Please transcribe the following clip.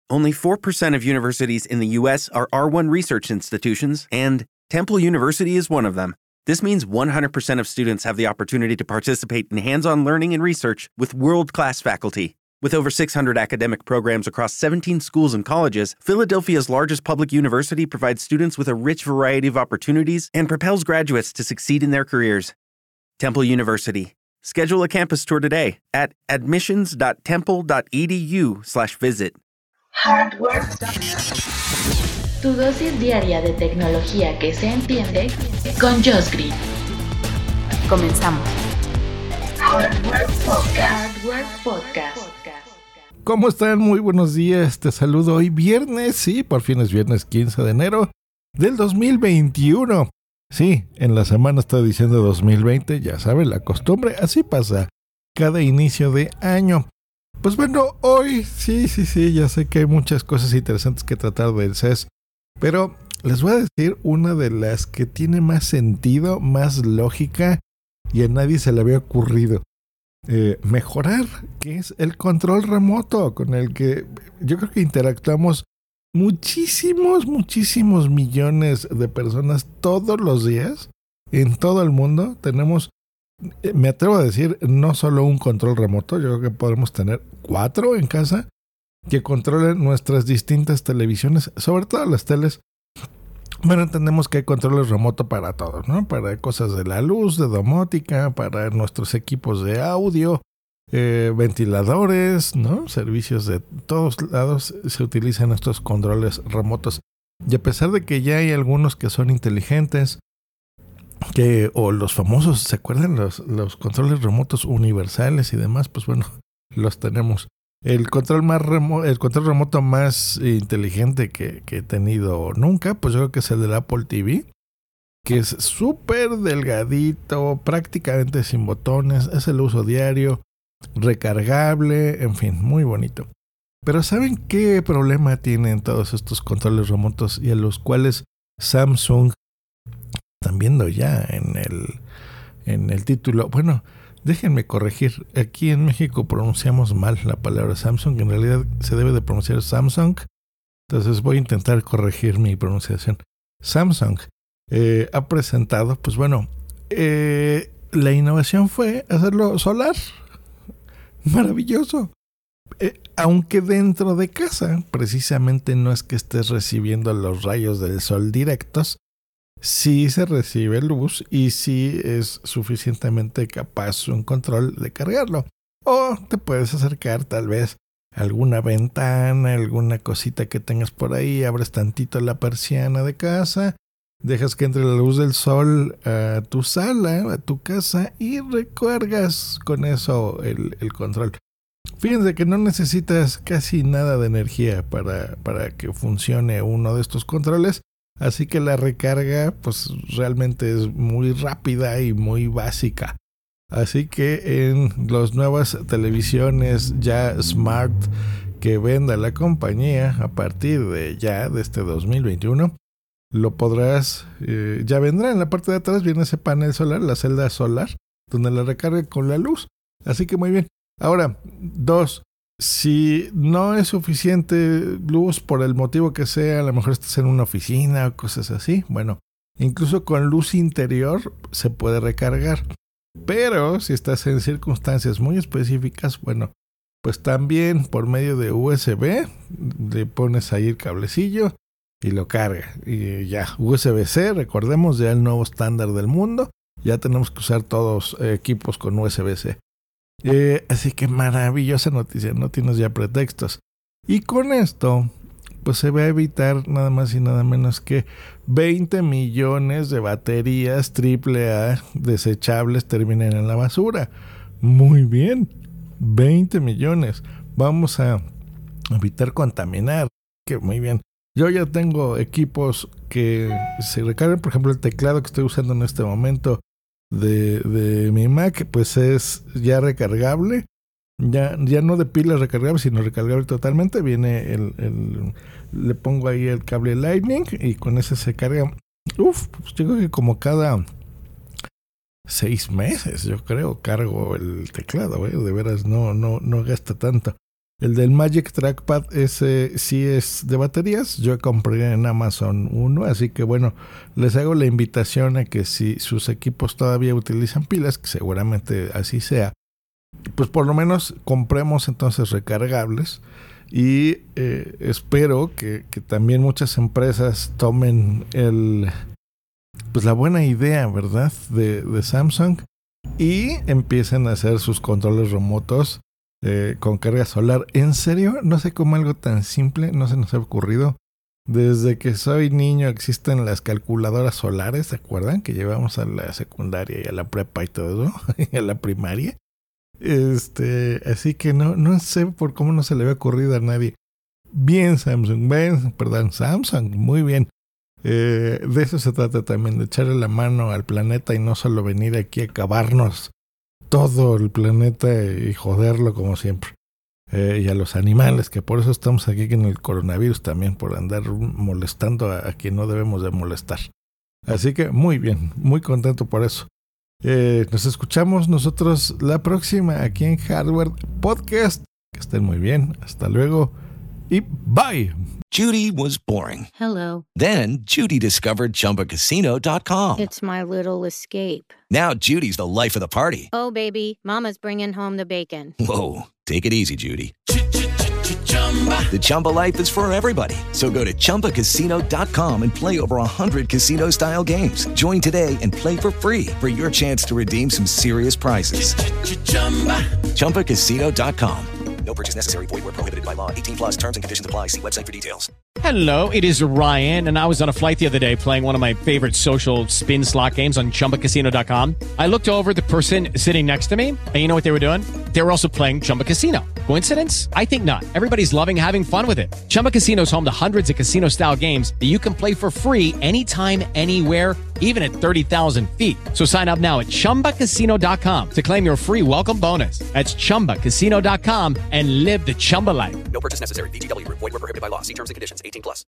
Only 4% of universities in the U.S. are R1 research institutions, and Temple University is one of them. This means 100% of students have the opportunity to participate in hands-on learning and research with world-class faculty. With over 600 academic programs across 17 schools and colleges, Philadelphia's largest public university provides students with a rich variety of opportunities and propels graduates to succeed in their careers. Temple University. Schedule a campus tour today at admissions.temple.edu/visit. Hardware. Tu dosis diaria de tecnología que se entiende con Josh Green. Comenzamos. Hardware Podcast. ¿Cómo están? Muy buenos días. Te saludo hoy viernes. Sí, por fin es viernes 15 de enero del 2021. Sí, en la semana estoy diciendo 2020. Ya saben, la costumbre. Así pasa cada inicio de año. Pues bueno, hoy sí, ya sé que hay muchas cosas interesantes que tratar del CES, pero les voy a decir una de las que tiene más sentido, más lógica y a nadie se le había ocurrido. Mejorar, que es el control remoto con el que yo creo que interactuamos muchísimos millones de personas todos los días en todo el mundo. Tenemos, me atrevo a decir, no solo un control remoto, yo creo que podemos tener 4 en casa que controlen nuestras distintas televisiones, sobre todo las teles. Bueno, entendemos que hay controles remotos para todo, ¿no? Para cosas de la luz, de domótica, para nuestros equipos de audio, ventiladores, ¿no? Servicios de todos lados se utilizan estos controles remotos. Y a pesar de que ya hay algunos que son inteligentes, o los famosos, ¿se acuerdan? Los controles remotos universales y demás, pues bueno, los tenemos. El control remoto más inteligente que he tenido nunca, pues yo creo que es el del Apple TV, que es súper delgadito, prácticamente sin botones, es el uso diario, recargable, en fin, muy bonito. Pero ¿saben qué problema tienen todos estos controles remotos y a los cuales Samsung, están viendo ya en el título? Bueno, déjenme corregir, aquí en México pronunciamos mal la palabra Samsung, en realidad se debe de pronunciar Samsung, entonces voy a intentar corregir mi pronunciación. Samsung ha presentado, pues bueno, la innovación fue hacerlo solar, maravilloso, aunque dentro de casa, precisamente no es que estés recibiendo los rayos del sol directos, sí se recibe luz y sí es suficientemente capaz un control de cargarlo. O te puedes acercar tal vez a alguna ventana, alguna cosita que tengas por ahí, abres tantito la persiana de casa, dejas que entre la luz del sol a tu sala, a tu casa y recargas con eso el control. Fíjense que no necesitas casi nada de energía para que funcione uno de estos controles. Así que la recarga pues realmente es muy rápida y muy básica. Así que en las nuevas televisiones ya smart que venda la compañía a partir de este 2021, lo podrás, ya vendrá en la parte de atrás, viene ese panel solar, la celda solar, donde la recarga con la luz. Así que muy bien. Ahora, 2. Si no es suficiente luz por el motivo que sea, a lo mejor estás en una oficina o cosas así, bueno, incluso con luz interior se puede recargar. Pero si estás en circunstancias muy específicas, bueno, pues también por medio de USB le pones ahí el cablecillo y lo carga. Y ya, USB-C, recordemos, ya el nuevo estándar del mundo, ya tenemos que usar todos equipos con USB-C. Así que maravillosa noticia, no tienes ya pretextos. Y con esto, pues se va a evitar nada más y nada menos que 20 millones de baterías AAA desechables terminen en la basura. Muy bien, 20 millones. Vamos a evitar contaminar. Que muy bien. Yo ya tengo equipos que se recargan, por ejemplo, el teclado que estoy usando en este momento de mi Mac, pues es ya recargable, ya no de pilas recargables, sino recargable totalmente. Viene le pongo ahí el cable Lightning y con ese se carga. Pues yo creo que como cada 6 meses, yo creo, cargo el teclado, de veras no gasta tanto. El del Magic Trackpad, ese sí es de baterías. Yo compré en Amazon uno, así que bueno, les hago la invitación a que si sus equipos todavía utilizan pilas, que seguramente así sea, pues por lo menos compremos entonces recargables. Y espero que también muchas empresas tomen pues la buena idea, ¿verdad?, de Samsung y empiecen a hacer sus controles remotos con carga solar. En serio, no sé cómo algo tan simple no se nos ha ocurrido. Desde que soy niño existen las calculadoras solares, ¿se acuerdan? Que llevamos a la secundaria y a la prepa y todo eso, y a la primaria. Así que no sé por cómo no se le había ocurrido a nadie. Bien, Samsung, muy bien. De eso se trata también, de echarle la mano al planeta y no solo venir aquí a acabarnos todo el planeta y joderlo como siempre. Y a los animales, que por eso estamos aquí en el coronavirus también, por andar molestando a quien no debemos de molestar. Así que muy bien, muy contento por eso. Nos escuchamos nosotros la próxima aquí en Hardware Podcast. Que estén muy bien, hasta luego y bye. Judy was boring. Hello. Then Judy discovered ChumbaCasino.com. It's my little escape. Now Judy's the life of the party. Oh, baby, mama's bringing home the bacon. Whoa, take it easy, Judy. The Chumba life is for everybody. So go to ChumbaCasino.com and play over 100 casino-style games. Join today and play for free for your chance to redeem some serious prizes. ChumbaCasino.com. No purchase necessary. Void where prohibited by law. 18 plus terms and conditions apply. See website for details. Hello, it is Ryan, and I was on a flight the other day playing one of my favorite social spin slot games on ChumbaCasino.com. I looked over at the person sitting next to me, and you know what they were doing? They were also playing Chumba Casino. Coincidence? I think not. Everybody's loving having fun with it. Chumba Casino is home to hundreds of casino-style games that you can play for free anytime, anywhere, even at 30,000 feet. So sign up now at ChumbaCasino.com to claim your free welcome bonus. That's ChumbaCasino.com and live the Chumba life. No purchase necessary. VGW. Void where prohibited by law. See terms and conditions. 18 plus.